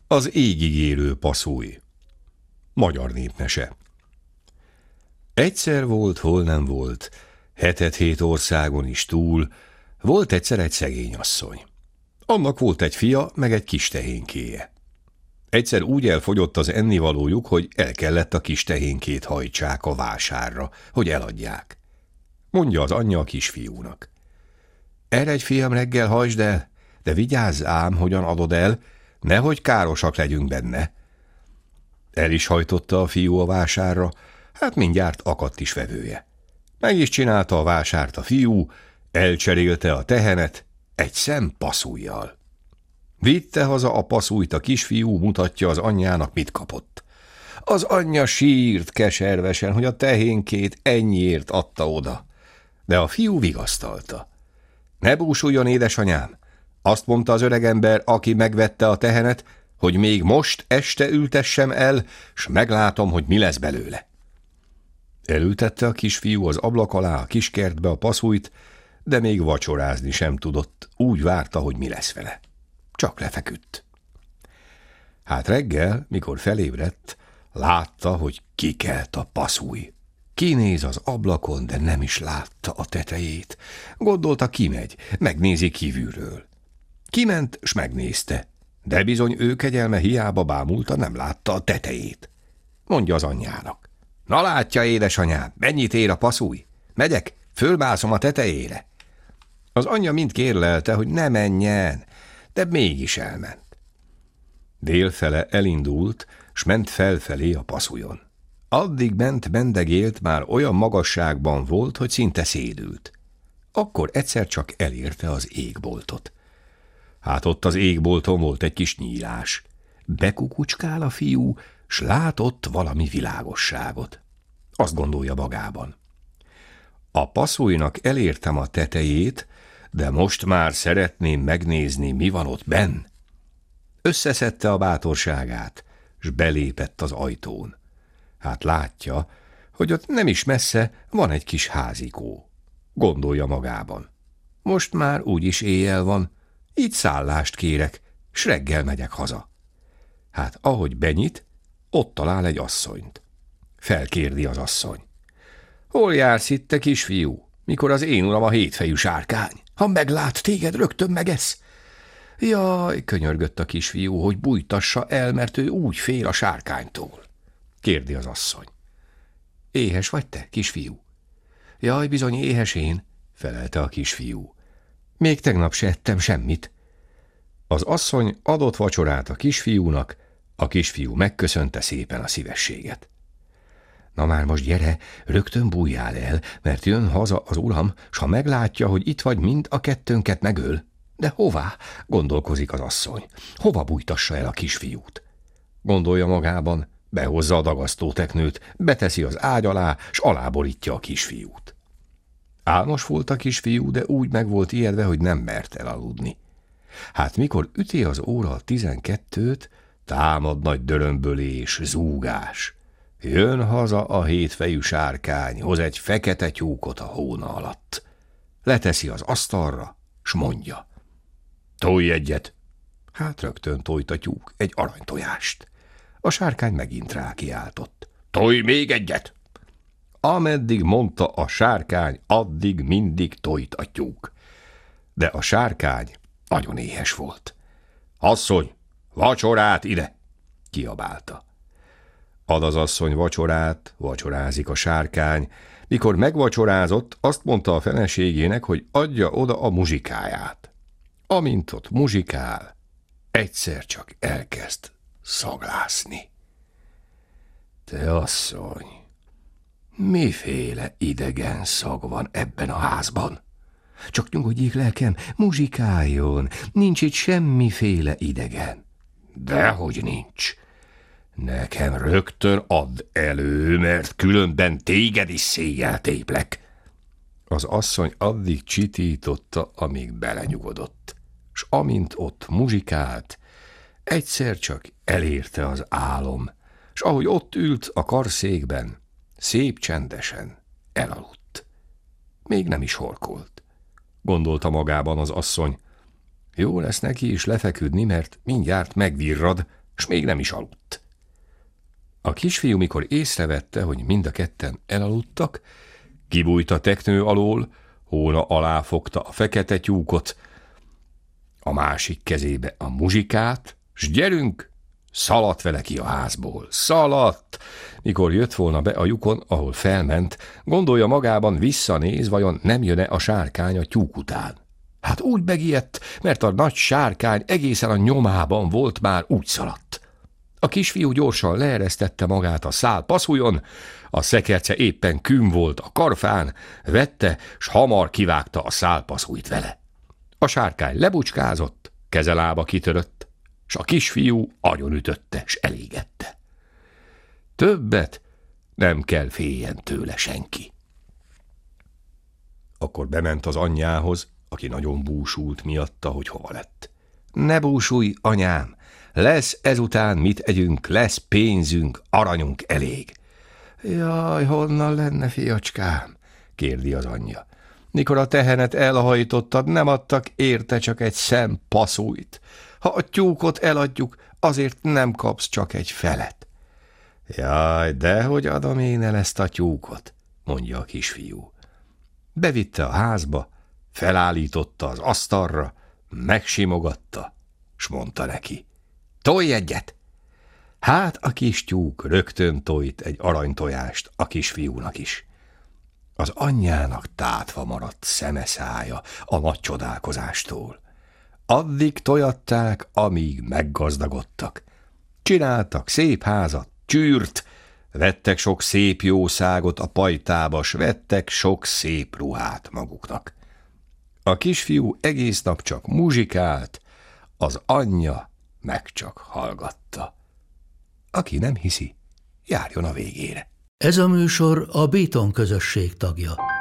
Az égig élő paszúj. Magyar népmese. Egyszer volt, hol nem volt, 7 országon is túl, volt egyszer egy szegény asszony. Annak volt egy fia, meg egy kis tehénkéje. Egyszer úgy elfogyott az ennivalójuk, hogy el kellett a kis tehénkét hajtsák a vásárra, hogy eladják. Mondja az anyja a kisfiúnak: eredj, fiam, reggel hajtsd el, de vigyázz ám, hogyan adod el, nehogy károsak legyünk benne. El is hajtotta a fiú a vásárra, hát mindjárt akadt is vevője. Meg is csinálta a vásárt a fiú, elcserélte a tehenet egy szem paszújjal. Vitte haza a paszújt a kisfiú, mutatja az anyjának, mit kapott. Az anyja sírt keservesen, hogy a tehénkét ennyiért adta oda. De a fiú vigasztalta: ne búsuljon, édesanyám, azt mondta az öregember, aki megvette a tehenet, hogy még most este ültessem el, s meglátom, hogy mi lesz belőle. Elültette a kisfiú az ablak alá a kiskertbe a paszújt, de még vacsorázni sem tudott, úgy várta, hogy mi lesz vele. Csak lefeküdt. Hát reggel, mikor felébredt, látta, hogy kikelt a paszúj. Kinéz az ablakon, de nem is látta a tetejét. Gondolta, kimegy, megnézi kívülről. Kiment, s megnézte, de bizony ő kegyelme hiába bámulta, nem látta a tetejét. Mondja az anyjának: na látja, édesanyám, mennyit ér a paszúj? Megyek, fölmászom a tetejére. Az anyja mind kérlelte, hogy ne menjen, de mégis elment. Délfele elindult, s ment felfelé a paszújon. Addig ment, mendegélt, már olyan magasságban volt, hogy szinte szédült. Akkor egyszer csak elérte az égboltot. Hát ott az égbolton volt egy kis nyílás. Bekukucskál a fiú, s látott valami világosságot. Azt gondolja magában: a paszújnak elértem a tetejét, de most már szeretném megnézni, mi van ott benn. Összeszedte a bátorságát, s belépett az ajtón. Hát látja, hogy ott nem is messze van egy kis házikó. Gondolja magában: most már úgyis éjjel van, így szállást kérek, s reggel megyek haza. Hát ahogy benyit, ott talál egy asszonyt. Felkérdi az asszony: hol jársz itt, te kisfiú, mikor az én uram a hétfejű sárkány? Ha meglát téged, rögtön megesz. Jaj, könyörgött a kisfiú, hogy bújtassa el, mert ő úgy fél a sárkánytól. Kérdi az asszony: éhes vagy te, kisfiú? Jaj, bizony éhes én, felelte a kisfiú. Még tegnap se ettem semmit. Az asszony adott vacsorát a kisfiúnak, a kisfiú megköszönte szépen a szívességet. Na már most gyere, rögtön bújjál el, mert jön haza az uram, s ha meglátja, hogy itt vagy, mind a kettőnket megöl. De hová? Gondolkozik az asszony. Hova bújtassa el a kisfiút? Gondolja magában, behozza a dagasztóteknőt, beteszi az ágy alá, s aláborítja a kisfiút. Álmos volt a kisfiú, de úgy meg volt ijedve, hogy nem mert elaludni. Hát mikor üti az óra a 12-t, támad nagy dörömbölés, zúgás. Jön haza a hétfejű sárkány, hoz egy fekete tyúkot a hóna alatt. Leteszi az asztalra, s mondja: tolj egyet. Hát rögtön tojt a tyúk egy aranytojást. A sárkány megint rákiáltott: tolj még egyet. Ameddig mondta a sárkány, addig mindig tojt a tyúk. De a sárkány nagyon éhes volt. Asszony, vacsorát ide! Kiabálta. Ad az asszony vacsorát, vacsorázik a sárkány. Mikor megvacsorázott, azt mondta a feleségének, hogy adja oda a muzsikáját. Amint ott muzsikál, egyszer csak elkezd szaglászni. Te asszony, miféle idegen szag van ebben a házban? Csak nyugodjék, lelkem, muzsikáljon, nincs itt semmiféle idegen. Dehogy nincs. Nekem rögtön add elő, mert különben téged is széjjel téplek. Az asszony addig csitította, amíg belenyugodott, s amint ott muzsikált, egyszer csak elérte az álom, s ahogy ott ült a karszékben, szép csendesen elaludt. Még nem is horkolt. Gondolta magában az asszony: jó lesz neki is lefeküdni, mert mindjárt megvirrad, s még nem is aludt. A kisfiú, mikor észrevette, hogy mind a ketten elaludtak, kibújt a teknő alól, hóna alá fogta a fekete tyúkot, a másik kezébe a muzsikát, s gyerünk, szaladt vele ki a házból. Szaladt! Mikor jött volna be a lyukon, ahol felment, gondolja magában, visszanéz, vajon nem jön-e a sárkány a tyúk után. Hát úgy megijedt, mert a nagy sárkány egészen a nyomában volt, már úgy szaladt. A kisfiú gyorsan leeresztette magát a szál paszuljon, a szekerce éppen küm volt a karfán, vette, s hamar kivágta a szálpaszújt vele. A sárkány lebucskázott, kezelába kitörött, s a kisfiú agyonütötte, s elégette. Többet nem kell féljen tőle senki. Akkor bement az anyjához, aki nagyon búsult miatta, hogy hova lett. Ne búsulj, anyám! Lesz ezután mit együnk, lesz pénzünk, aranyunk elég. Jaj, honnan lenne, fiacskám? Kérdi az anyja. Mikor a tehenet elhajtottad, nem adtak érte csak egy szem paszújt. Ha a tyúkot eladjuk, azért nem kapsz csak egy felet. Jaj, dehogy adom én el ezt a tyúkot, mondja a kisfiú. Bevitte a házba, felállította az asztalra, megsimogatta, s mondta neki. Tolj egyet! Hát a kis tyúk rögtön tojt egy aranytojást a kisfiúnak is. Az anyjának tátva maradt szeme-szája a nagy csodálkozástól. Addig tojatták, amíg meggazdagodtak. Csináltak szép házat, csűrt, vettek sok szép jószágot a pajtába, s vettek sok szép ruhát maguknak. A kisfiú egész nap csak muzsikált, az anyja meg csak hallgatta. Aki nem hiszi, járjon a végére. Ez a műsor a Béton közösség tagja.